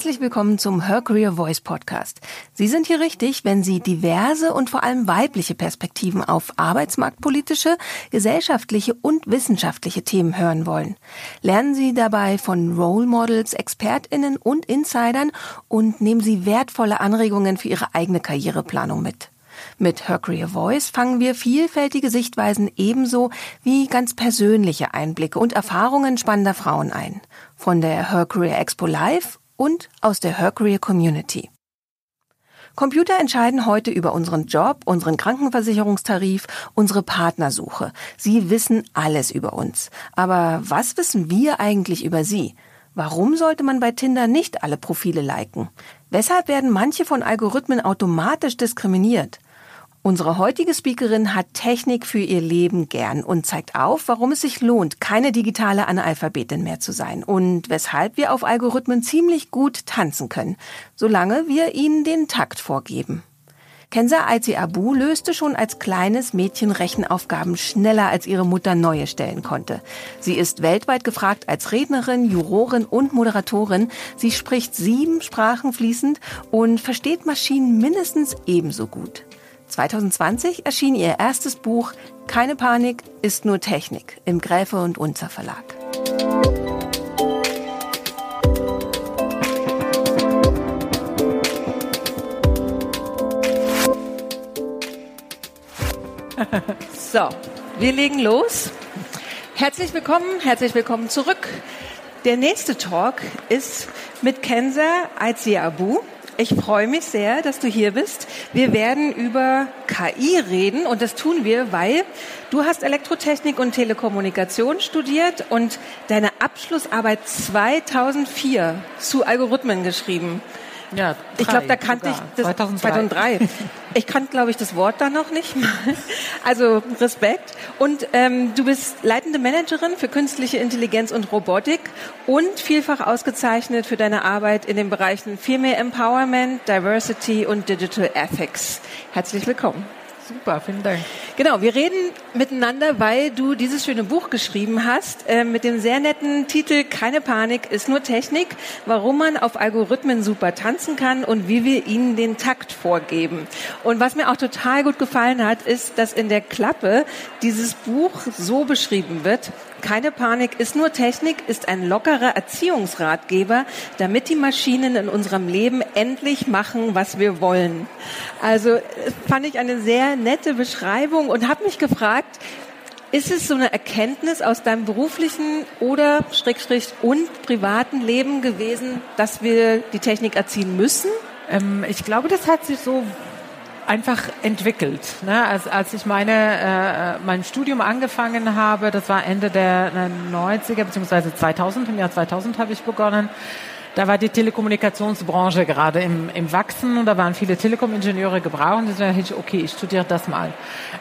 Herzlich willkommen zum Her Career Voice Podcast. Sie sind hier richtig, wenn Sie diverse und vor allem weibliche Perspektiven auf arbeitsmarktpolitische, gesellschaftliche und wissenschaftliche Themen hören wollen. Lernen Sie dabei von Role Models, ExpertInnen und Insidern und nehmen Sie wertvolle Anregungen für Ihre eigene Karriereplanung mit. Mit Her Career Voice fangen wir vielfältige Sichtweisen ebenso wie ganz persönliche Einblicke und Erfahrungen spannender Frauen ein. Von der Her Career Expo Live und aus der Her Career Community. Computer entscheiden heute über unseren Job, unseren Krankenversicherungstarif, unsere Partnersuche. Sie wissen alles über uns. Aber was wissen wir eigentlich über sie? Warum sollte man bei Tinder nicht alle Profile liken? Weshalb werden manche von Algorithmen automatisch diskriminiert? Unsere heutige Speakerin hat Technik für ihr Leben gern und zeigt auf, warum es sich lohnt, keine digitale Analphabetin mehr zu sein und weshalb wir auf Algorithmen ziemlich gut tanzen können, solange wir ihnen den Takt vorgeben. Kenza Aizi Abu löste schon als kleines Mädchen Rechenaufgaben schneller, als ihre Mutter neue stellen konnte. Sie ist weltweit gefragt als Rednerin, Jurorin und Moderatorin. Sie spricht 7 Sprachen fließend und versteht Maschinen mindestens ebenso gut. 2020 erschien ihr erstes Buch Keine Panik, ist nur Technik im Gräfe und Unzer Verlag. So, wir legen los. Herzlich willkommen zurück. Der nächste Talk ist mit Kenza Aizi Abu. Ich freue mich sehr, dass du hier bist. Wir werden über KI reden und das tun wir, weil du hast Elektrotechnik und Telekommunikation studiert und deine Abschlussarbeit 2004 zu Algorithmen geschrieben. Ja, ich glaube, da kannte ich das 2003. Ich kannte, glaube ich, das Wort da noch nicht mal. Also Respekt. Und du bist leitende Managerin für künstliche Intelligenz und Robotik und vielfach ausgezeichnet für deine Arbeit in den Bereichen Female Empowerment, Diversity und Digital Ethics. Herzlich willkommen. Super, vielen Dank. Genau, wir reden miteinander, weil du dieses schöne Buch geschrieben hast, mit dem sehr netten Titel Keine Panik, ist nur Technik, warum man auf Algorithmen super tanzen kann und wie wir ihnen den Takt vorgeben. Und was mir auch total gut gefallen hat, ist, dass in der Klappe dieses Buch so beschrieben wird: Keine Panik, ist nur Technik, ist ein lockerer Erziehungsratgeber, damit die Maschinen in unserem Leben endlich machen, was wir wollen. Also fand ich eine sehr nette Beschreibung und habe mich gefragt, ist es so eine Erkenntnis aus deinem beruflichen oder und privaten Leben gewesen, dass wir die Technik erziehen müssen? Ich glaube, das hat sich so einfach entwickelt. Ne? Als ich mein Studium angefangen habe, das war Ende der 90er bzw. 2000, im Jahr 2000 habe ich begonnen. Da war die Telekommunikationsbranche gerade im Wachsen und da waren viele Telekom-Ingenieure gebraucht. Und deswegen dachte ich, okay, ich studiere das mal.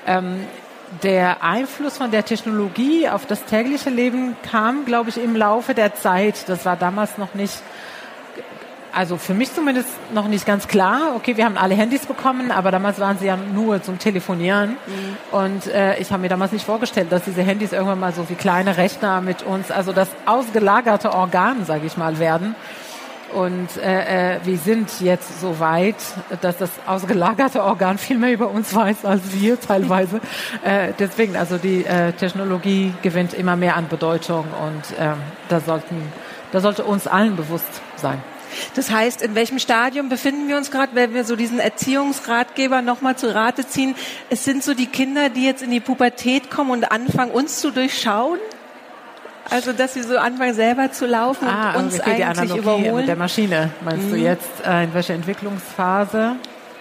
Der Einfluss von der Technologie auf das tägliche Leben kam, glaube ich, im Laufe der Zeit. Das war damals noch nicht, also für mich zumindest noch nicht ganz klar. Okay, wir haben alle Handys bekommen, aber damals waren sie ja nur zum Telefonieren. Mhm. Und ich habe mir damals nicht vorgestellt, dass diese Handys irgendwann mal so wie kleine Rechner mit uns, also das ausgelagerte Organ, sage ich mal, werden. Und wir sind jetzt so weit, dass das ausgelagerte Organ viel mehr über uns weiß als wir teilweise. Deswegen, also die Technologie gewinnt immer mehr an Bedeutung und da sollte uns allen bewusst sein. Das heißt, in welchem Stadium befinden wir uns gerade, wenn wir so diesen Erziehungsratgeber nochmal zu Rate ziehen? Es sind so die Kinder, die jetzt in die Pubertät kommen und anfangen, uns zu durchschauen? Also, dass sie so anfangen, selber zu laufen und uns okay, eigentlich überholen? Mit der Maschine, meinst du jetzt, in welcher Entwicklungsphase?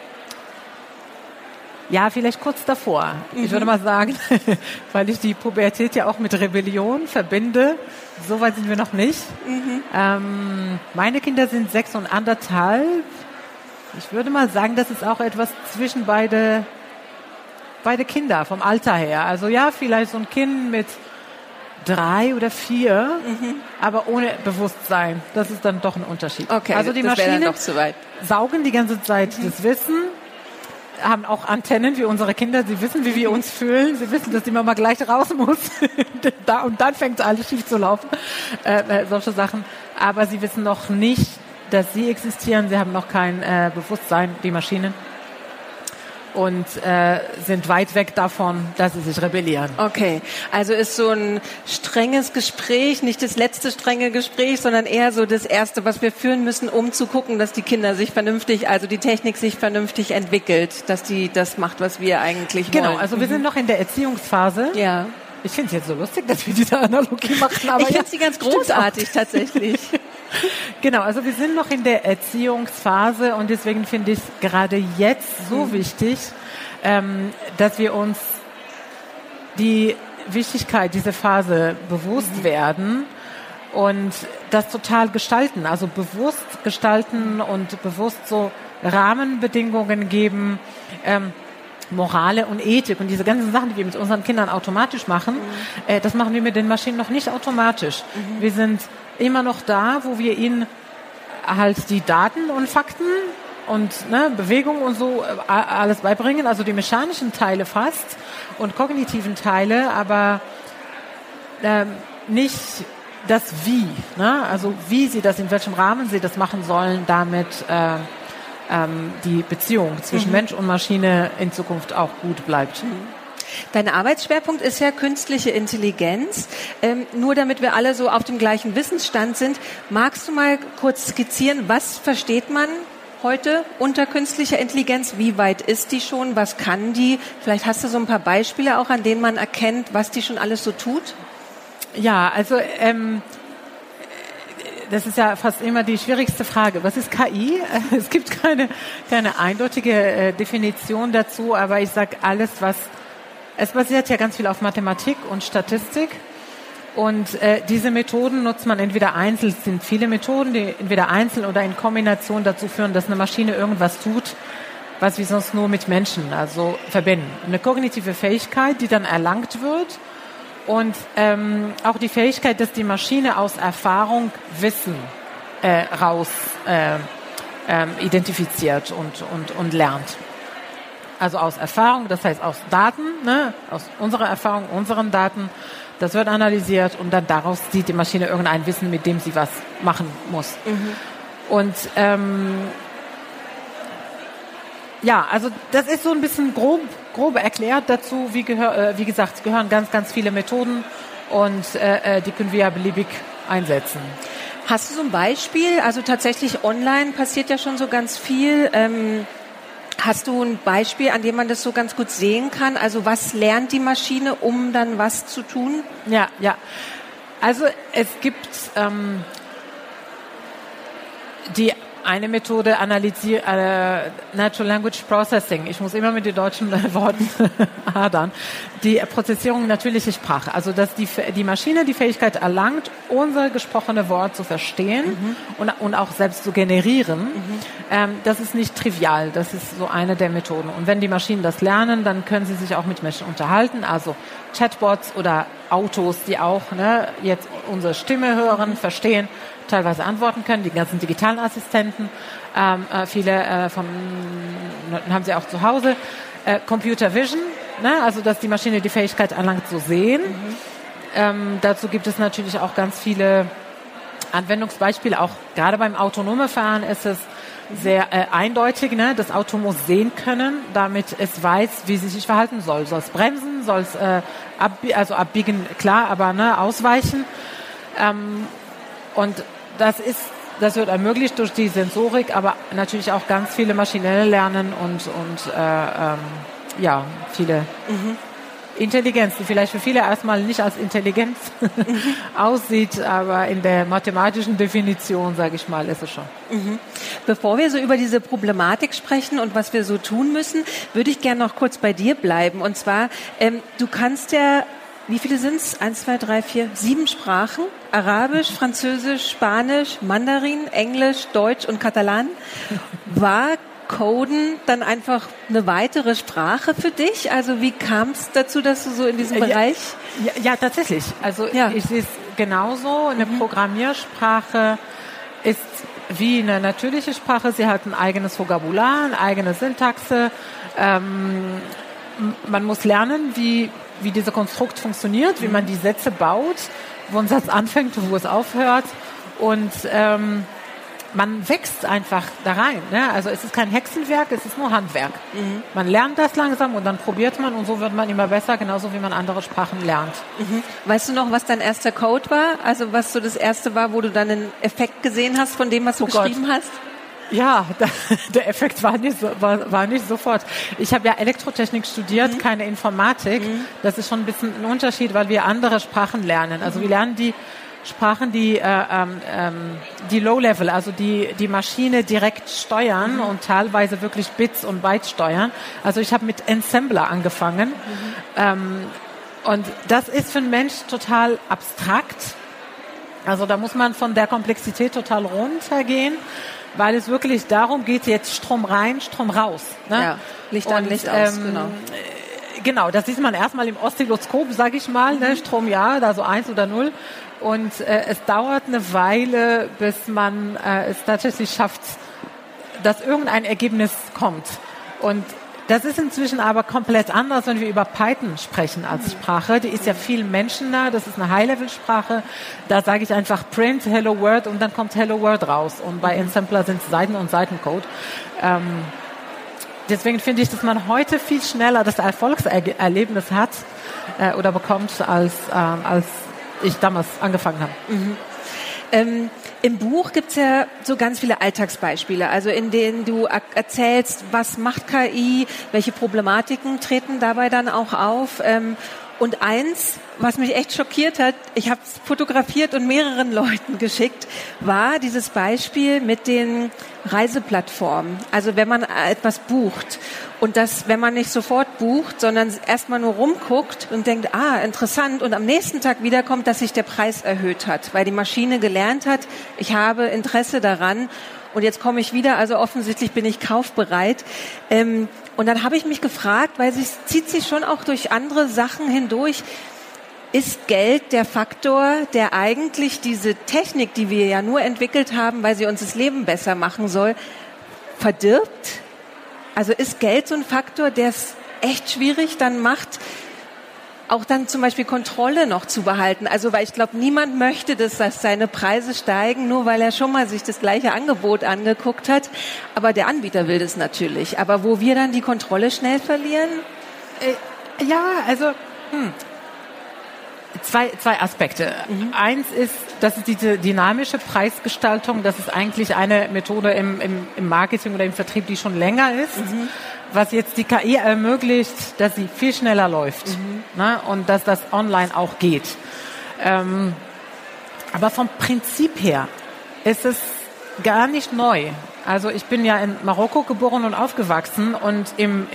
Ja, vielleicht kurz davor. Ich würde mal sagen, weil ich die Pubertät ja auch mit Rebellion verbinde. So weit sind wir noch nicht. Meine Kinder sind 6 und 1,5. Ich würde mal sagen, das ist auch etwas zwischen beide Kinder vom Alter her. Also ja, vielleicht so ein Kind mit 3 oder 4, aber ohne Bewusstsein. Das ist dann doch ein Unterschied. Okay, also die Maschinen saugen die ganze Zeit das Wissen, haben auch Antennen wie unsere Kinder. Sie wissen, wie wir uns fühlen. Sie wissen, dass die Mama gleich raus muss. Und dann fängt alles schief zu laufen. Solche Sachen. Aber sie wissen noch nicht, dass sie existieren. Sie haben noch kein Bewusstsein, die Maschinen. Und sind weit weg davon, dass sie sich rebellieren. Okay, also ist so ein strenges Gespräch, nicht das letzte strenge Gespräch, sondern eher so das erste, was wir führen müssen, um zu gucken, dass die Kinder sich vernünftig, also die Technik sich vernünftig entwickelt, dass die das macht, was wir eigentlich wollen. Genau, also wir sind noch in der Erziehungsphase. Ja. Ich finde es jetzt so lustig, dass wir diese Analogie machen. Aber ich finde sie ganz großartig tatsächlich. Genau, also wir sind noch in der Erziehungsphase und deswegen finde ich es gerade jetzt so wichtig, dass wir uns die Wichtigkeit dieser Phase bewusst werden und das total gestalten, also bewusst gestalten und bewusst so Rahmenbedingungen geben, Morale und Ethik und diese ganzen Sachen, die wir mit unseren Kindern automatisch machen, das machen wir mit den Maschinen noch nicht automatisch. Wir sind immer noch da, wo wir ihnen halt die Daten und Fakten und Bewegung und so alles beibringen, also die mechanischen Teile fast und kognitiven Teile, aber nicht das Wie, also wie sie das, in welchem Rahmen sie das machen sollen, damit die Beziehung zwischen Mensch und Maschine in Zukunft auch gut bleibt. Dein Arbeitsschwerpunkt ist ja künstliche Intelligenz. Nur damit wir alle so auf dem gleichen Wissensstand sind, magst du mal kurz skizzieren, was versteht man heute unter künstlicher Intelligenz? Wie weit ist die schon? Was kann die? Vielleicht hast du so ein paar Beispiele auch, an denen man erkennt, was die schon alles so tut? Ja, also das ist ja fast immer die schwierigste Frage. Was ist KI? Es gibt keine eindeutige Definition dazu, aber ich sage alles, es basiert ja ganz viel auf Mathematik und Statistik und diese Methoden nutzt man entweder einzeln, es sind viele Methoden, die entweder einzeln oder in Kombination dazu führen, dass eine Maschine irgendwas tut, was wir sonst nur mit Menschen verbinden. Eine kognitive Fähigkeit, die dann erlangt wird und auch die Fähigkeit, dass die Maschine aus Erfahrung Wissen raus identifiziert und lernt. Also aus Erfahrung, das heißt aus Daten, aus unserer Erfahrung, unseren Daten, das wird analysiert und dann daraus sieht die Maschine irgendein Wissen, mit dem sie was machen muss. Und also das ist so ein bisschen grob erklärt dazu. Wie gesagt, es gehören ganz, ganz viele Methoden und die können wir ja beliebig einsetzen. Hast du so ein Beispiel? Also tatsächlich online passiert ja schon so ganz viel. Hast du ein Beispiel, an dem man das so ganz gut sehen kann? Also was lernt die Maschine, um dann was zu tun? Ja. Also es gibt die eine Methode Natural Language Processing. Ich muss immer mit den deutschen Worten hadern. Die Prozessierung natürlicher Sprache. Also, dass die Maschine die Fähigkeit erlangt, unser gesprochene Wort zu verstehen und auch selbst zu generieren. Das ist nicht trivial. Das ist so eine der Methoden. Und wenn die Maschinen das lernen, dann können sie sich auch mit Menschen unterhalten. Also Chatbots oder Autos, die auch jetzt unsere Stimme hören, verstehen, teilweise antworten können, die ganzen digitalen Assistenten, viele haben sie auch zu Hause. Computer Vision, also dass die Maschine die Fähigkeit erlangt zu sehen. Dazu gibt es natürlich auch ganz viele Anwendungsbeispiele, auch gerade beim autonomen Fahren ist es sehr eindeutig, das Auto muss sehen können, damit es weiß, wie sie sich verhalten soll. Soll es bremsen, soll es abbiegen, klar, aber ausweichen. Und das wird ermöglicht durch die Sensorik, aber natürlich auch ganz viele maschinelle Lernen und viele Intelligenz, die vielleicht für viele erstmal nicht als Intelligenz aussieht, aber in der mathematischen Definition, sage ich mal, ist es schon. Bevor wir so über diese Problematik sprechen und was wir so tun müssen, würde ich gerne noch kurz bei dir bleiben. Und zwar, du kannst ja, wie viele sind's? 1, 2, 3, 4, 7 Sprachen. Arabisch, Französisch, Spanisch, Mandarin, Englisch, Deutsch und Katalan. War Coden dann einfach eine weitere Sprache für dich? Also wie kam es dazu, dass du so in diesem Bereich... Ja, tatsächlich. Also ich sehe es genauso. Eine Programmiersprache ist wie eine natürliche Sprache. Sie hat ein eigenes Vokabular, eine eigene Syntaxe. Man muss lernen, wie dieser Konstrukt funktioniert, wie man die Sätze baut, wo ein Satz anfängt und wo es aufhört. Und man wächst einfach da rein. Ne? Also es ist kein Hexenwerk, es ist nur Handwerk. Man lernt das langsam und dann probiert man und so wird man immer besser, genauso wie man andere Sprachen lernt. Weißt du noch, was dein erster Code war? Also was so das erste war, wo du dann einen Effekt gesehen hast von dem, was du geschrieben hast? Ja, der Effekt war nicht sofort. Ich habe ja Elektrotechnik studiert, keine Informatik. Das ist schon ein bisschen ein Unterschied, weil wir andere Sprachen lernen. Also wir lernen die Sprachen, die Low-Level, also die Maschine direkt steuern und teilweise wirklich Bits und Bytes steuern. Also ich habe mit Ensembler angefangen. Und das ist für einen Mensch total abstrakt. Also da muss man von der Komplexität total runtergehen, weil es wirklich darum geht, jetzt Strom rein, Strom raus. Ne? Ja, Licht an, Licht aus, genau. Genau, das sieht man erstmal im Oszilloskop, sage ich mal, ne? Strom ja, also 1 oder 0. Und es dauert eine Weile, bis man es tatsächlich schafft, dass irgendein Ergebnis kommt. Und das ist inzwischen aber komplett anders, wenn wir über Python sprechen als Sprache. Die ist ja viel menschennah, das ist eine High-Level-Sprache. Da sage ich einfach Print, Hello World und dann kommt Hello World raus. Und bei Ensembler sind es Seiten- und Seitencode. Deswegen finde ich, dass man heute viel schneller das Erfolgserlebnis hat oder bekommt, als ich damals angefangen habe. Im Buch gibt's ja so ganz viele Alltagsbeispiele, also in denen du erzählst, was macht KI, welche Problematiken treten dabei dann auch auf. Und eins, was mich echt schockiert hat, ich habe es fotografiert und mehreren Leuten geschickt, war dieses Beispiel mit den Reiseplattformen. Also wenn man etwas bucht und das, wenn man nicht sofort bucht, sondern erstmal nur rumguckt und denkt, interessant, und am nächsten Tag wiederkommt, dass sich der Preis erhöht hat, weil die Maschine gelernt hat, ich habe Interesse daran und jetzt komme ich wieder, also offensichtlich bin ich kaufbereit. Und dann habe ich mich gefragt, weil es zieht sich schon auch durch andere Sachen hindurch, ist Geld der Faktor, der eigentlich diese Technik, die wir ja nur entwickelt haben, weil sie uns das Leben besser machen soll, verdirbt? Also ist Geld so ein Faktor, der es echt schwierig dann macht, auch dann zum Beispiel Kontrolle noch zu behalten? Also weil ich glaube, niemand möchte, dass seine Preise steigen, nur weil er schon mal sich das gleiche Angebot angeguckt hat. Aber der Anbieter will das natürlich. Aber wo wir dann die Kontrolle schnell verlieren? Zwei Aspekte. Eins ist, dass es diese dynamische Preisgestaltung, das ist eigentlich eine Methode im Marketing oder im Vertrieb, die schon länger ist, was jetzt die KI ermöglicht, dass sie viel schneller läuft, ne? Und dass das online auch geht. Aber vom Prinzip her ist es gar nicht neu. Also ich bin ja in Marokko geboren und aufgewachsen und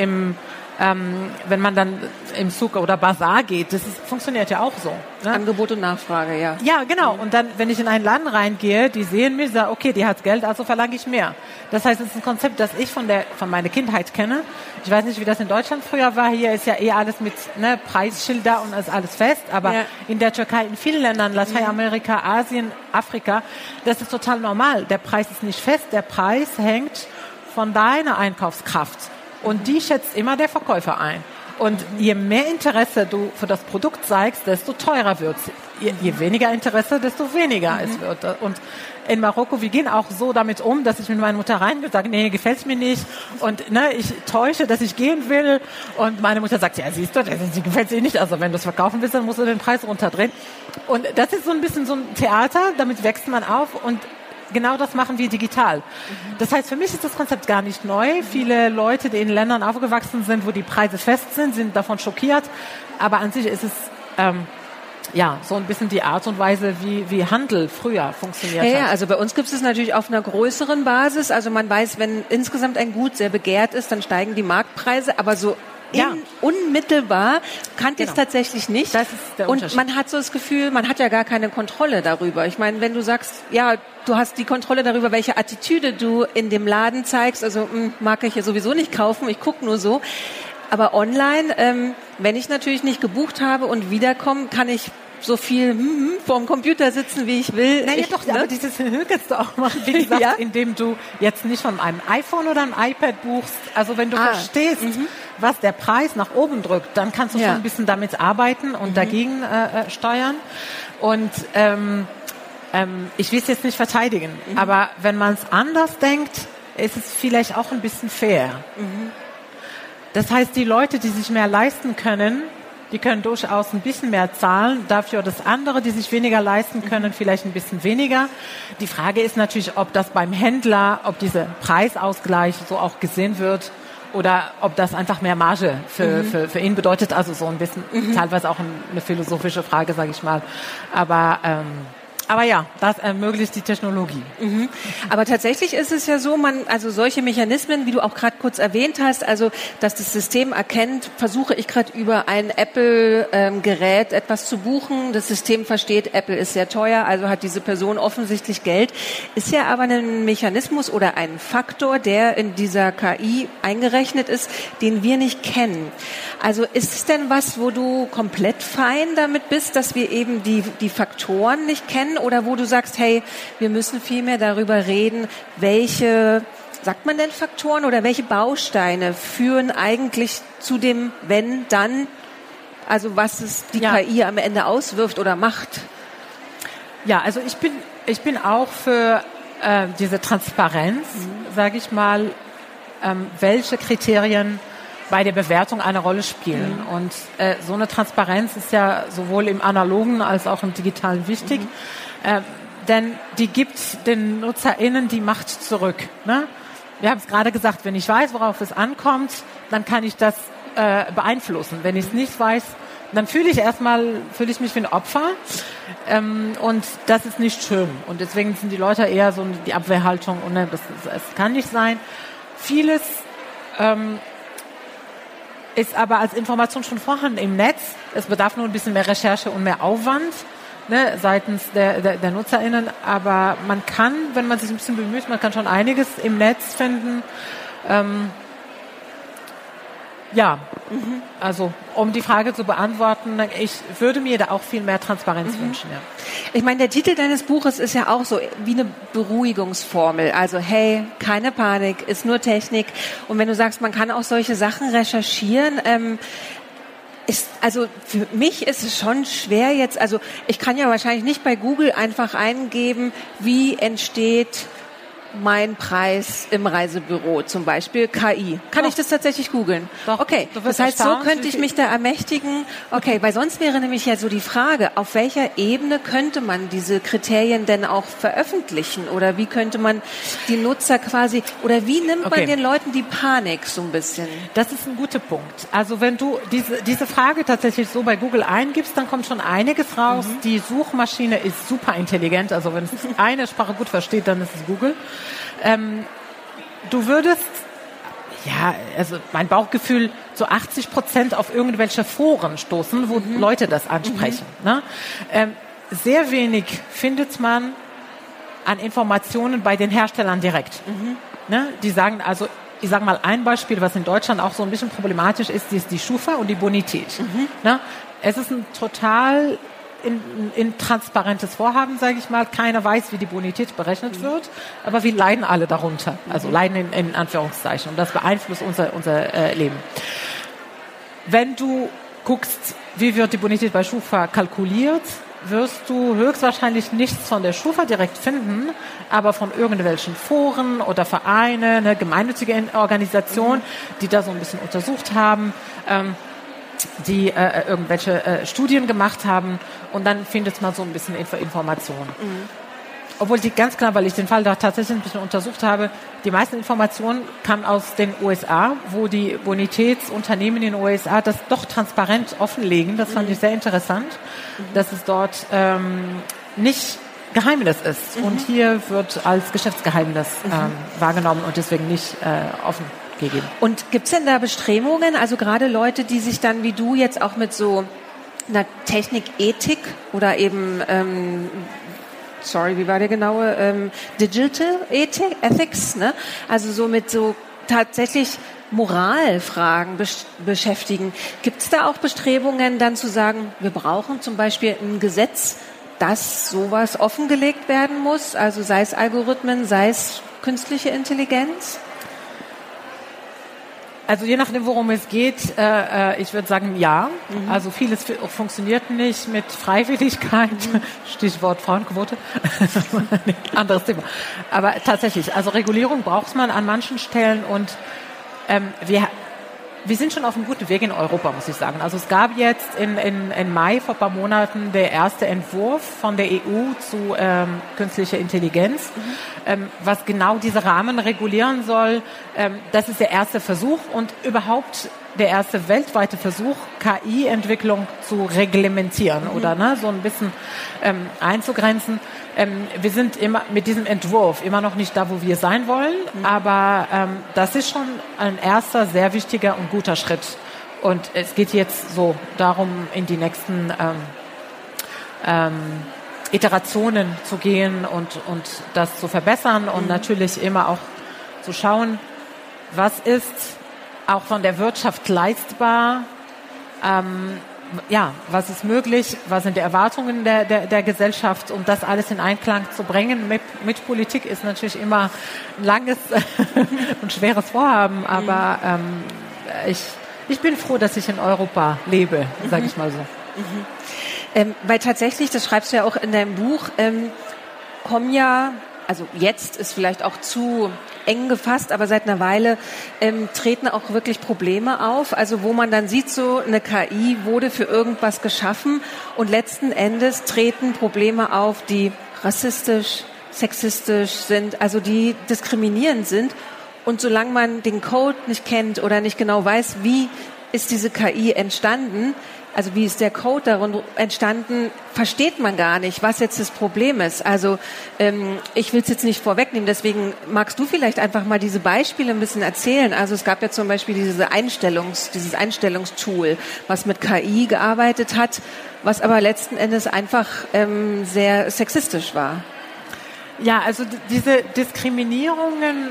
wenn man dann im Souk oder Bazar geht, funktioniert ja auch so. Ne? Angebot und Nachfrage, ja. Ja, genau. Und dann, wenn ich in einen Laden reingehe, die sehen mich, sagen, okay, die hat Geld, also verlange ich mehr. Das heißt, es ist ein Konzept, das ich von meiner Kindheit kenne. Ich weiß nicht, wie das in Deutschland früher war. Hier ist ja alles mit Preisschilder und ist alles fest. Aber in der Türkei, in vielen Ländern, Lateinamerika, Asien, Afrika, das ist total normal. Der Preis ist nicht fest. Der Preis hängt von deiner Einkaufskraft. Und die schätzt immer der Verkäufer ein. Und je mehr Interesse du für das Produkt zeigst, desto teurer wird es. Je weniger Interesse, desto weniger es wird. Und in Marokko, wir gehen auch so damit um, dass ich mit meiner Mutter reingehe und sage, nee, gefällt's mir nicht. Und ich täusche, dass ich gehen will. Und meine Mutter sagt, ja, siehst du, das gefällt dir nicht. Also wenn du es verkaufen willst, dann musst du den Preis runterdrehen. Und das ist so ein bisschen so ein Theater, damit wächst man auf und genau das machen wir digital. Das heißt, für mich ist das Konzept gar nicht neu. Viele Leute, die in Ländern aufgewachsen sind, wo die Preise fest sind davon schockiert. Aber an sich ist es so ein bisschen die Art und Weise, wie Handel früher funktioniert hat. Ja, also bei uns gibt es natürlich auf einer größeren Basis. Also man weiß, wenn insgesamt ein Gut sehr begehrt ist, dann steigen die Marktpreise. Aber so unmittelbar kannte ich es tatsächlich nicht. Das ist der Unterschied. Und man hat so das Gefühl, man hat ja gar keine Kontrolle darüber. Ich meine, wenn du sagst, ja, du hast die Kontrolle darüber, welche Attitüde du in dem Laden zeigst, also mag ich ja sowieso nicht kaufen, ich gucke nur so. Aber online, wenn ich natürlich nicht gebucht habe und wiederkomme, kann ich so viel vorm Computer sitzen, wie ich will. Naja, aber dieses kannst du auch machen, wie gesagt, indem du jetzt nicht von einem iPhone oder einem iPad buchst. Also wenn du verstehst, was der Preis nach oben drückt, dann kannst du schon ein bisschen damit arbeiten und dagegen steuern. Und Ich will es jetzt nicht verteidigen, aber wenn man es anders denkt, ist es vielleicht auch ein bisschen fair. Das heißt, die Leute, die sich mehr leisten können, die können durchaus ein bisschen mehr zahlen, dafür das andere, die sich weniger leisten können, vielleicht ein bisschen weniger. Die Frage ist natürlich, ob das beim Händler, ob dieser Preisausgleich so auch gesehen wird oder ob das einfach mehr Marge für ihn bedeutet. Also so ein bisschen, teilweise auch eine philosophische Frage, sage ich mal. Aber ja, das ermöglicht die Technologie. Aber tatsächlich ist es ja so, also solche Mechanismen, wie du auch gerade kurz erwähnt hast, also dass das System erkennt, versuche ich gerade über ein Apple-Gerät etwas zu buchen. Das System versteht, Apple ist sehr teuer, also hat diese Person offensichtlich Geld. Ist ja aber ein Mechanismus oder ein Faktor, der in dieser KI eingerechnet ist, den wir nicht kennen. Also ist es denn was, wo du komplett fein damit bist, dass wir eben die Faktoren nicht kennen? Oder wo du sagst, hey, wir müssen viel mehr darüber reden, welche, sagt man denn Faktoren oder welche Bausteine führen eigentlich zu dem Wenn, dann, also was es die KI am Ende auswirft oder macht? Ja, also ich bin auch für diese Transparenz, sage ich mal, welche Kriterien bei der Bewertung eine Rolle spielen. Und so eine Transparenz ist ja sowohl im Analogen als auch im Digitalen wichtig, denn die gibt den NutzerInnen die Macht zurück. Ne? Wir haben es gerade gesagt, wenn ich weiß, worauf es ankommt, dann kann ich das beeinflussen. Wenn ich es nicht weiß, dann fühle ich mich wie ein Opfer und das ist nicht schön. Und deswegen sind die Leute eher so die Abwehrhaltung und das kann nicht sein. Vieles ist aber als Information schon vorhanden im Netz. Es bedarf nur ein bisschen mehr Recherche und mehr Aufwand seitens der NutzerInnen. Aber man kann, wenn man sich ein bisschen bemüht, man kann schon einiges im Netz finden. Also um die Frage zu beantworten, ich würde mir da auch viel mehr Transparenz wünschen. Ja. Ich meine, der Titel deines Buches ist ja auch so wie eine Beruhigungsformel. Also hey, keine Panik, ist nur Technik. Und wenn du sagst, man kann auch solche Sachen recherchieren, also für mich ist es schon schwer jetzt, also ich kann ja wahrscheinlich nicht bei Google einfach eingeben, wie entsteht mein Preis im Reisebüro, zum Beispiel KI. Kann ich das tatsächlich googeln? Doch, okay, das heißt, so könnte ich mich da ermächtigen. Okay, weil sonst wäre nämlich ja so die Frage, auf welcher Ebene könnte man diese Kriterien denn auch veröffentlichen? Oder wie könnte man die Nutzer quasi, oder wie nimmt man den Leuten die Panik so ein bisschen? Das ist ein guter Punkt. Also wenn du diese Frage tatsächlich so bei Google eingibst, dann kommt schon einiges raus. Die Suchmaschine ist super intelligent. Also wenn es eine Sprache gut versteht, dann ist es Google. Du würdest, also mein Bauchgefühl, so 80% auf irgendwelche Foren stoßen, wo Leute das ansprechen. Ne? Sehr wenig findet man an Informationen bei den Herstellern direkt. Ne? Die sagen also, ich sage mal ein Beispiel, was in Deutschland auch so ein bisschen problematisch ist die Schufa und die Bonität. Ne? Es ist ein total intransparentes Vorhaben, sage ich mal. Keiner weiß, wie die Bonität berechnet wird, aber wir leiden alle darunter. Also leiden in Anführungszeichen. Und das beeinflusst unser Leben. Wenn du guckst, wie wird die Bonität bei Schufa kalkuliert, wirst du höchstwahrscheinlich nichts von der Schufa direkt finden, aber von irgendwelchen Foren oder Vereine, eine gemeinnützige Organisation, die da so ein bisschen untersucht haben, die irgendwelche Studien gemacht haben und dann findet man so ein bisschen Informationen. Obwohl die ganz klar, weil ich den Fall da tatsächlich ein bisschen untersucht habe, die meisten Informationen kamen aus den USA, wo die Bonitätsunternehmen in den USA das doch transparent offenlegen. Das fand ich sehr interessant, dass es dort nicht Geheimnis ist. Und hier wird als Geschäftsgeheimnis wahrgenommen und deswegen nicht offen gegeben. Und gibt's denn da Bestrebungen, also gerade Leute, die sich dann wie du jetzt auch mit so einer Technikethik oder eben wie war der genaue? Digital Ethics, ne? Also so mit so tatsächlich Moralfragen beschäftigen. Gibt es da auch Bestrebungen, dann zu sagen, wir brauchen zum Beispiel ein Gesetz, dass sowas offengelegt werden muss? Also sei es Algorithmen, sei es künstliche Intelligenz? Also je nachdem, worum es geht, ich würde sagen, ja. Also vieles funktioniert nicht mit Freiwilligkeit. Stichwort Frauenquote. Anderes Thema. Aber tatsächlich, also Regulierung braucht man an manchen Stellen und wir sind schon auf einem guten Weg in Europa, muss ich sagen. Also es gab jetzt in Mai vor ein paar Monaten der erste Entwurf von der EU zu künstlicher Intelligenz, was genau diese Rahmen regulieren soll. Das ist der erste Versuch und überhaupt der erste weltweite Versuch, KI-Entwicklung zu reglementieren oder so ein bisschen einzugrenzen. Wir sind immer mit diesem Entwurf immer noch nicht da, wo wir sein wollen, aber das ist schon ein erster, sehr wichtiger und guter Schritt. Und es geht jetzt so darum, in die nächsten Iterationen zu gehen und das zu verbessern und natürlich immer auch zu schauen, was ist auch von der Wirtschaft leistbar, was ist möglich, was sind die Erwartungen der Gesellschaft, um das alles in Einklang zu bringen mit Politik ist natürlich immer ein langes und schweres Vorhaben, aber ich bin froh, dass ich in Europa lebe, sage ich mal so. Weil tatsächlich, das schreibst du ja auch in deinem Buch, kommen ja, also jetzt ist vielleicht auch zu eng gefasst, aber seit einer Weile treten auch wirklich Probleme auf, also wo man dann sieht, so eine KI wurde für irgendwas geschaffen und letzten Endes treten Probleme auf, die rassistisch, sexistisch sind, also die diskriminierend sind und solange man den Code nicht kennt oder nicht genau weiß, wie ist diese KI entstanden, also wie ist der Code darin entstanden, versteht man gar nicht, was jetzt das Problem ist. Also ich will es jetzt nicht vorwegnehmen, deswegen magst du vielleicht einfach mal diese Beispiele ein bisschen erzählen. Also es gab ja zum Beispiel dieses Einstellungstool, was mit KI gearbeitet hat, was aber letzten Endes einfach sehr sexistisch war. Ja, also diese Diskriminierungen...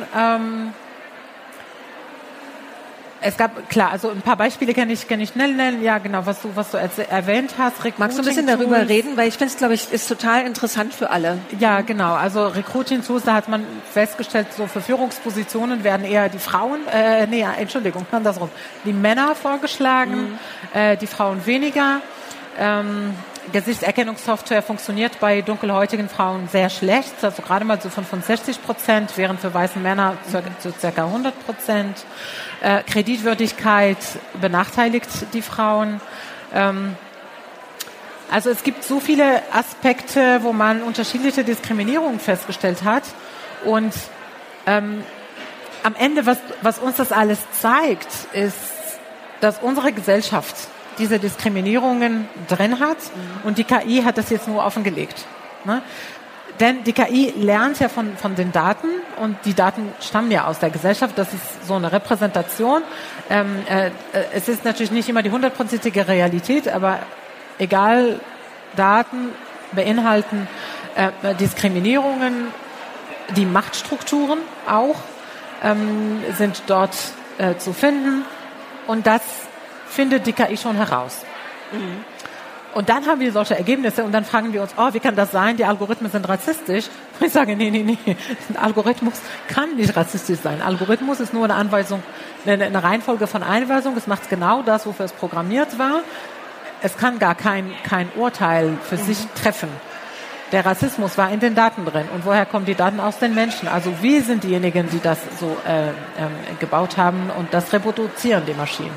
Es gab, klar, also ein paar Beispiele kann ich schnell nennen. Ja, genau, was du erwähnt hast. Magst du ein bisschen darüber reden? Weil ich finde es, glaube ich, ist total interessant für alle. Ja, genau. Also Recruiting-Tools, da hat man festgestellt, so für Führungspositionen werden eher die Frauen, andersrum, die Männer vorgeschlagen, die Frauen weniger. Gesichtserkennungssoftware funktioniert bei dunkelhäutigen Frauen sehr schlecht, also gerade mal so von 60%, während für weiße Männer so circa 100%. Kreditwürdigkeit benachteiligt die Frauen. Also es gibt so viele Aspekte, wo man unterschiedliche Diskriminierungen festgestellt hat und am Ende, was uns das alles zeigt, ist, dass unsere Gesellschaft diese Diskriminierungen drin hat und die KI hat das jetzt nur offengelegt. Ne? Denn die KI lernt ja von den Daten und die Daten stammen ja aus der Gesellschaft. Das ist so eine Repräsentation. Es ist natürlich nicht immer die 100%ige Realität, aber egal, Daten beinhalten Diskriminierungen, die Machtstrukturen auch sind dort zu finden und das findet die KI schon heraus. Und dann haben wir solche Ergebnisse und dann fragen wir uns, wie kann das sein? Die Algorithmen sind rassistisch. Und ich sage, nee. Ein Algorithmus kann nicht rassistisch sein. Ein Algorithmus ist nur eine Anweisung, eine Reihenfolge von Einweisungen. Es macht genau das, wofür es programmiert war. Es kann gar kein Urteil für sich treffen. Der Rassismus war in den Daten drin. Und woher kommen die Daten? Aus den Menschen. Also wir sind diejenigen, die das so gebaut haben und das reproduzieren die Maschinen.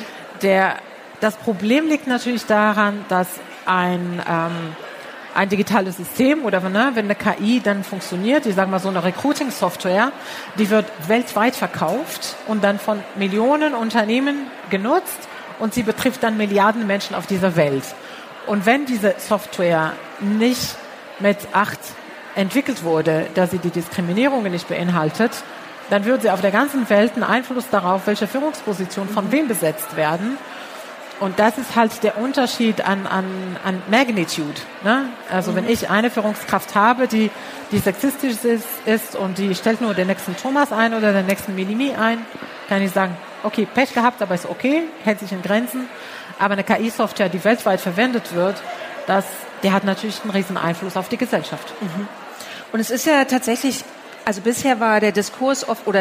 Das Problem liegt natürlich daran, dass ein digitales System oder wenn eine KI dann funktioniert, ich sage mal so eine Recruiting-Software, die wird weltweit verkauft und dann von Millionen Unternehmen genutzt und sie betrifft dann Milliarden Menschen auf dieser Welt. Und wenn diese Software nicht mit Acht entwickelt wurde, dass sie die Diskriminierungen nicht beinhaltet, dann wird sie auf der ganzen Welt einen Einfluss darauf, welche Führungspositionen von wem besetzt werden. Und das ist halt der Unterschied an Magnitude. Ne? Also wenn ich eine Führungskraft habe, die sexistisch ist und die stellt nur den nächsten Thomas ein oder den nächsten Minimi ein, kann ich sagen, okay, Pech gehabt, aber ist okay, hält sich in Grenzen. Aber eine KI-Software, die weltweit verwendet wird, die hat natürlich einen riesen Einfluss auf die Gesellschaft. Und es ist ja tatsächlich, also bisher war der Diskurs oft, oder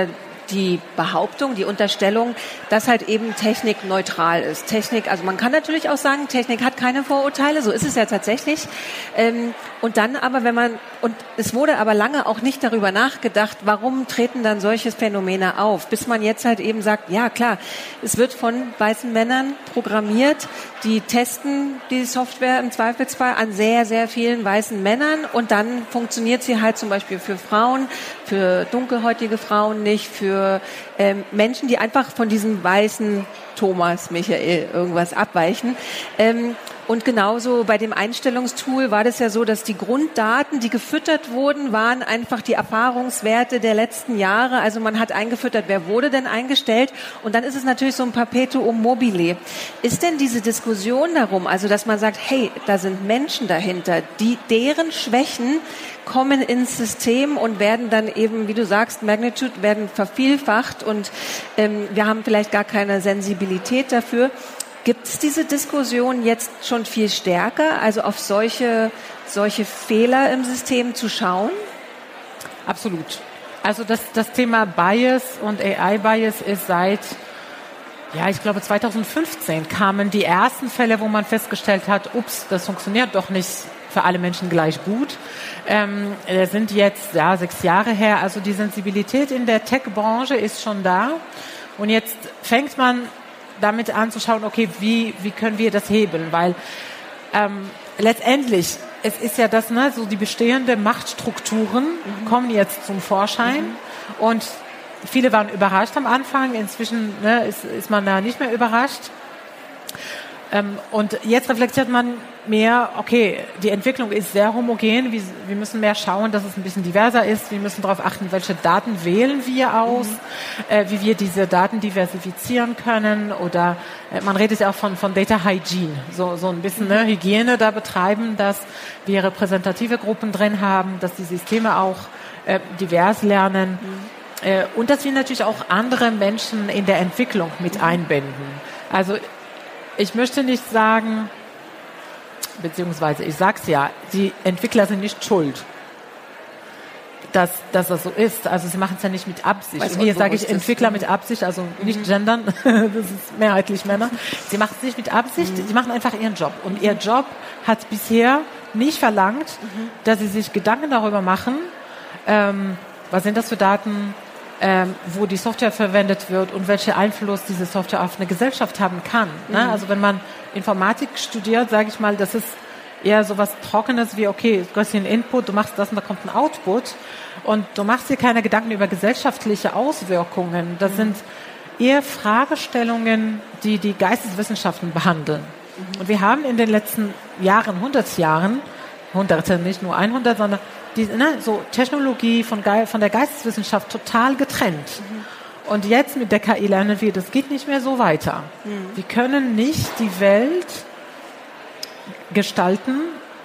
die Behauptung, die Unterstellung, dass halt eben Technik neutral ist. Technik, also man kann natürlich auch sagen, Technik hat keine Vorurteile, so ist es ja tatsächlich. Und dann aber, und es wurde aber lange auch nicht darüber nachgedacht, warum treten dann solche Phänomene auf, bis man jetzt halt eben sagt, ja klar, es wird von weißen Männern programmiert, die testen die Software im Zweifelsfall an sehr, sehr vielen weißen Männern und dann funktioniert sie halt zum Beispiel für Frauen, für dunkelhäutige Frauen nicht, für Menschen, die einfach von diesem weißen Thomas, Michael, irgendwas abweichen. Und genauso bei dem Einstellungstool war das ja so, dass die Grunddaten, die gefüttert wurden, waren einfach die Erfahrungswerte der letzten Jahre. Also man hat eingefüttert, wer wurde denn eingestellt? Und dann ist es natürlich so ein Perpetuum mobile. Ist denn diese Diskussion darum, also dass man sagt, hey, da sind Menschen dahinter, deren Schwächen kommen ins System und werden dann eben, wie du sagst, Magnitude werden vervielfacht und wir haben vielleicht gar keine Sensibilität dafür. Gibt es diese Diskussion jetzt schon viel stärker, also auf solche Fehler im System zu schauen? Absolut. Also das Thema Bias und AI-Bias ist seit, ich glaube 2015 kamen die ersten Fälle, wo man festgestellt hat, ups, das funktioniert doch nicht für alle Menschen gleich gut. Sind jetzt 6 Jahre her, also die Sensibilität in der Tech-Branche ist schon da. Und jetzt fängt man damit anzuschauen, okay, wie können wir das hebeln? Weil letztendlich, es ist ja das, so die bestehenden Machtstrukturen kommen jetzt zum Vorschein und viele waren überrascht am Anfang, inzwischen ist man da nicht mehr überrascht. Und jetzt reflektiert man mehr, okay, die Entwicklung ist sehr homogen, wir müssen mehr schauen, dass es ein bisschen diverser ist, wir müssen darauf achten, welche Daten wählen wir aus, wie wir diese Daten diversifizieren können oder man redet ja auch von Data Hygiene, so ein bisschen Hygiene da betreiben, dass wir repräsentative Gruppen drin haben, dass die Systeme auch divers lernen und dass wir natürlich auch andere Menschen in der Entwicklung mit einbinden. Also ich möchte nicht sagen, beziehungsweise ich sag's ja, die Entwickler sind nicht schuld, dass das so ist. Also sie machen es ja nicht mit Absicht. Und hier sage ich Entwickler mit Absicht, also nicht gendern, das ist mehrheitlich Männer. Sie machen es nicht mit Absicht, sie machen einfach ihren Job. Und ihr Job hat bisher nicht verlangt, dass sie sich Gedanken darüber machen, was sind das für Daten, wo die Software verwendet wird und welchen Einfluss diese Software auf eine Gesellschaft haben kann. Ne? Also wenn man Informatik studiert, sage ich mal, das ist eher so was Trockenes wie, okay, du hast hier einen Input, du machst das und da kommt ein Output und du machst dir keine Gedanken über gesellschaftliche Auswirkungen. Das sind eher Fragestellungen, die die Geisteswissenschaften behandeln. Und wir haben in den letzten Jahren, Hunderte, nicht nur 100, sondern so Technologie von der Geisteswissenschaft total getrennt. Und jetzt mit der KI lernen wir, das geht nicht mehr so weiter. Wir können nicht die Welt gestalten,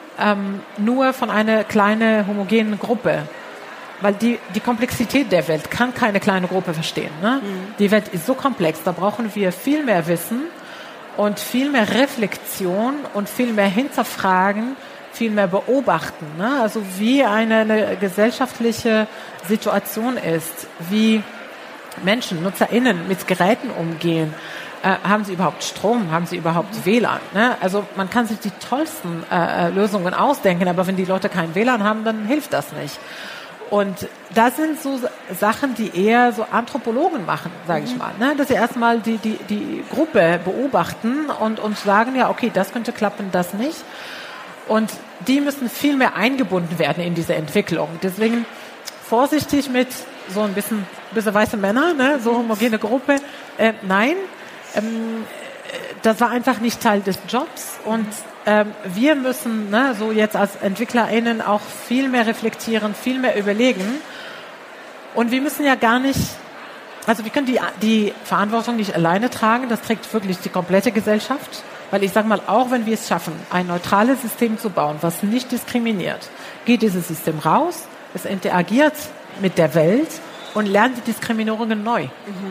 nur von einer kleinen homogenen Gruppe. Weil die Komplexität der Welt kann keine kleine Gruppe verstehen. Ne? Die Welt ist so komplex, da brauchen wir viel mehr Wissen und viel mehr Reflexion und viel mehr Hinterfragen, viel mehr beobachten, ne? Also wie eine gesellschaftliche Situation ist, wie Menschen, NutzerInnen mit Geräten umgehen. Haben sie überhaupt Strom? Haben sie überhaupt WLAN? Ne? Also man kann sich die tollsten Lösungen ausdenken, aber wenn die Leute kein WLAN haben, dann hilft das nicht. Und das sind so Sachen, die eher so Anthropologen machen, sage ich mal. Ne? Dass sie erstmal die Gruppe beobachten und sagen, ja, okay, das könnte klappen, das nicht. Und die müssen viel mehr eingebunden werden in diese Entwicklung. Deswegen vorsichtig mit so ein bisschen weiße Männer, ne? So homogene Gruppe. Nein, das war einfach nicht Teil des Jobs. Und wir müssen so jetzt als EntwicklerInnen auch viel mehr reflektieren, viel mehr überlegen. Und wir müssen ja gar nicht, also wir können die Verantwortung nicht alleine tragen. Das trägt wirklich die komplette Gesellschaft. Weil ich sage mal, auch wenn wir es schaffen, ein neutrales System zu bauen, was nicht diskriminiert, geht dieses System raus, es interagiert mit der Welt und lernt die Diskriminierungen neu.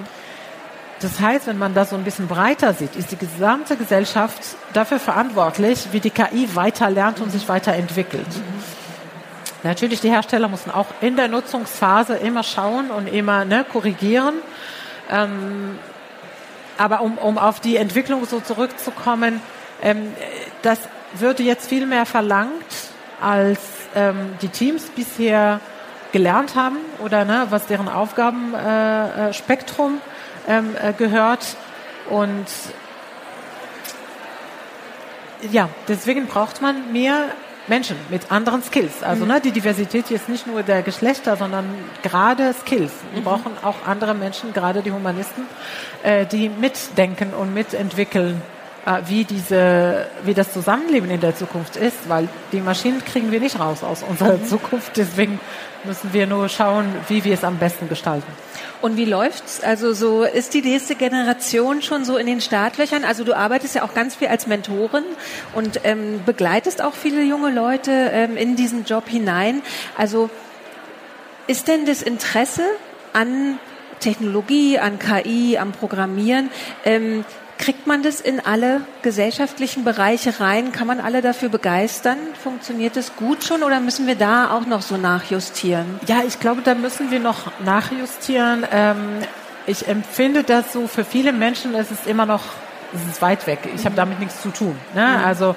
Das heißt, wenn man das so ein bisschen breiter sieht, ist die gesamte Gesellschaft dafür verantwortlich, wie die KI weiter lernt und sich weiterentwickelt. Natürlich, die Hersteller müssen auch in der Nutzungsphase immer schauen und immer korrigieren. Aber um auf die Entwicklung so zurückzukommen, das würde jetzt viel mehr verlangt, als die Teams bisher gelernt haben oder was deren Aufgabenspektrum gehört. Und ja, deswegen braucht man mehr Menschen mit anderen Skills. Also die Diversität ist nicht nur der Geschlechter, sondern gerade Skills. Wir brauchen auch andere Menschen, gerade die Humanisten, die mitdenken und mitentwickeln, wie das Zusammenleben in der Zukunft ist, weil die Maschinen kriegen wir nicht raus aus unserer Zukunft. Deswegen müssen wir nur schauen, wie wir es am besten gestalten. Und wie läuft's? Also so ist die nächste Generation schon so in den Startlöchern? Also du arbeitest ja auch ganz viel als Mentorin und begleitest auch viele junge Leute in diesen Job hinein. Also ist denn das Interesse an Technologie, an KI, am Programmieren, kriegt man das in alle gesellschaftlichen Bereiche rein? Kann man alle dafür begeistern? Funktioniert das gut schon oder müssen wir da auch noch so nachjustieren? Ja, ich glaube, da müssen wir noch nachjustieren. Ich empfinde das so, für viele Menschen ist es immer noch, es ist weit weg. Ich habe damit nichts zu tun. Also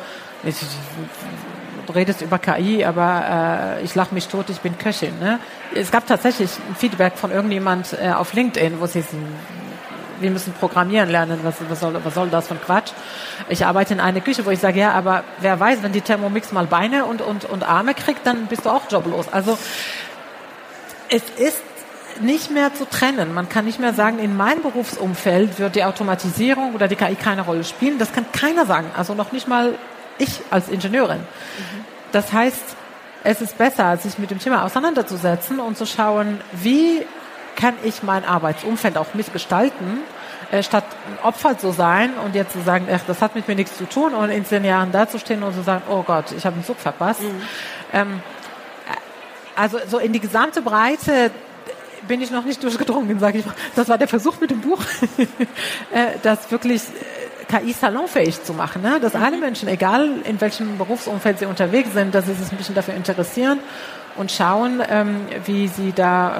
du redest über KI, aber ich lache mich tot, ich bin Köchin. Es gab tatsächlich ein Feedback von irgendjemand auf LinkedIn, wo es hieß, wir müssen programmieren lernen, was soll das für ein Quatsch? Ich arbeite in einer Küche, wo ich sage, ja, aber wer weiß, wenn die Thermomix mal Beine und Arme kriegt, dann bist du auch joblos. Also es ist nicht mehr zu trennen. Man kann nicht mehr sagen, in meinem Berufsumfeld wird die Automatisierung oder die KI keine Rolle spielen. Das kann keiner sagen, also noch nicht mal ich als Ingenieurin. Das heißt, es ist besser, sich mit dem Thema auseinanderzusetzen und zu schauen, wie kann ich mein Arbeitsumfeld auch mitgestalten, statt ein Opfer zu sein und jetzt zu sagen, das hat mit mir nichts zu tun und in 10 Jahren dazustehen und zu sagen, oh Gott, ich habe einen Zug verpasst. Also so in die gesamte Breite bin ich noch nicht durchgedrungen, sage ich mal. Das war der Versuch mit dem Buch, das wirklich KI salonfähig zu machen, dass alle Menschen, egal in welchem Berufsumfeld sie unterwegs sind, dass sie sich ein bisschen dafür interessieren und schauen, wie sie da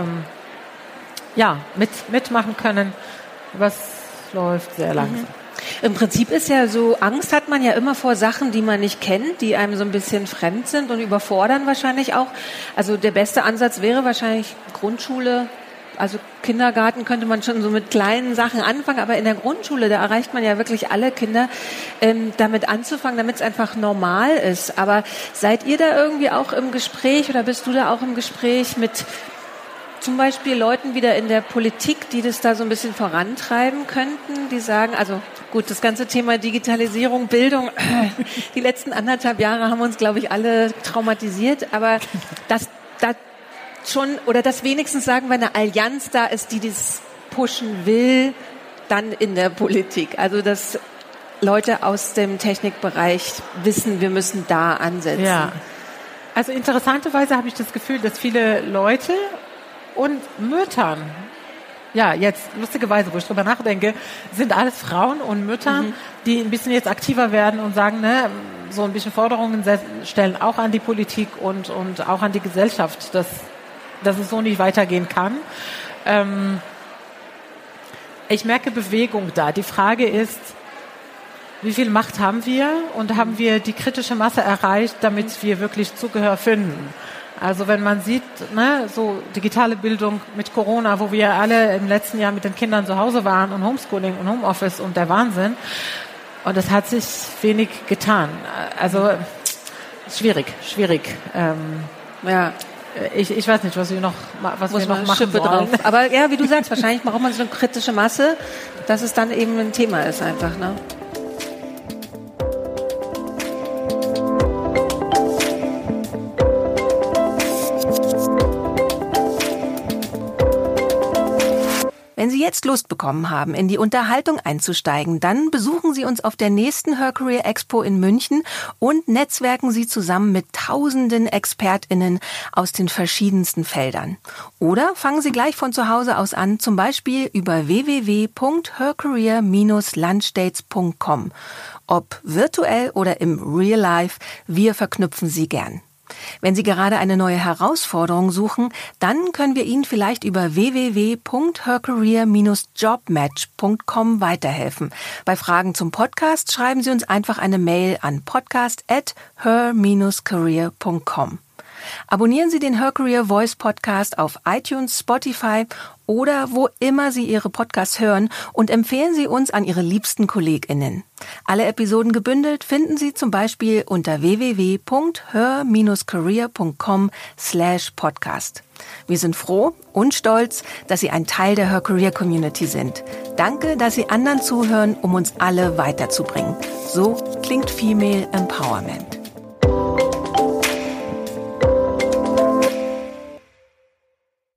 mitmachen können. Was läuft sehr langsam. Im Prinzip ist ja so, Angst hat man ja immer vor Sachen, die man nicht kennt, die einem so ein bisschen fremd sind und überfordern wahrscheinlich auch. Also der beste Ansatz wäre wahrscheinlich Grundschule. Also Kindergarten könnte man schon so mit kleinen Sachen anfangen, aber in der Grundschule, da erreicht man ja wirklich alle Kinder, damit anzufangen, damit es einfach normal ist. Aber seid ihr da irgendwie auch im Gespräch oder bist du da auch im Gespräch mit zum Beispiel Leuten wieder in der Politik, die das da so ein bisschen vorantreiben könnten, die sagen, also gut, das ganze Thema Digitalisierung, Bildung, die letzten 1,5 Jahre haben uns, glaube ich, alle traumatisiert, aber dass wenigstens sagen wir eine Allianz da ist, die das pushen will, dann in der Politik. Also dass Leute aus dem Technikbereich wissen, wir müssen da ansetzen. Ja. Also interessanterweise habe ich das Gefühl, dass viele Leute und Müttern, ja, jetzt lustigerweise, wo ich drüber nachdenke, sind alles Frauen und Mütter, die ein bisschen jetzt aktiver werden und sagen, so ein bisschen Forderungen stellen auch an die Politik und auch an die Gesellschaft, dass es so nicht weitergehen kann. Ich merke Bewegung da. Die Frage ist, wie viel Macht haben wir und haben wir die kritische Masse erreicht, damit wir wirklich Zugehör finden? Also wenn man sieht, so digitale Bildung mit Corona, wo wir alle im letzten Jahr mit den Kindern zu Hause waren und Homeschooling und Homeoffice und der Wahnsinn. Und es hat sich wenig getan. Also schwierig. Ich weiß nicht, was wir noch machen Schippe wollen. Drauf. Aber ja, wie du sagst, wahrscheinlich braucht man so eine kritische Masse, dass es dann eben ein Thema ist einfach, Wenn Sie jetzt Lust bekommen haben, in die Unterhaltung einzusteigen, dann besuchen Sie uns auf der nächsten Her Career Expo in München und netzwerken Sie zusammen mit tausenden ExpertInnen aus den verschiedensten Feldern. Oder fangen Sie gleich von zu Hause aus an, zum Beispiel über www.hercareer-lunchdates.com. Ob virtuell oder im Real Life, wir verknüpfen Sie gern. Wenn Sie gerade eine neue Herausforderung suchen, dann können wir Ihnen vielleicht über www.hercareer-jobmatch.com weiterhelfen. Bei Fragen zum Podcast schreiben Sie uns einfach eine Mail an podcast@her-career.com. Abonnieren Sie den Her Career Voice Podcast auf iTunes, Spotify oder wo immer Sie Ihre Podcasts hören und empfehlen Sie uns an Ihre liebsten KollegInnen. Alle Episoden gebündelt finden Sie zum Beispiel unter www.her-career.com/podcast. Wir sind froh und stolz, dass Sie ein Teil der Her Career Community sind. Danke, dass Sie anderen zuhören, um uns alle weiterzubringen. So klingt Female Empowerment.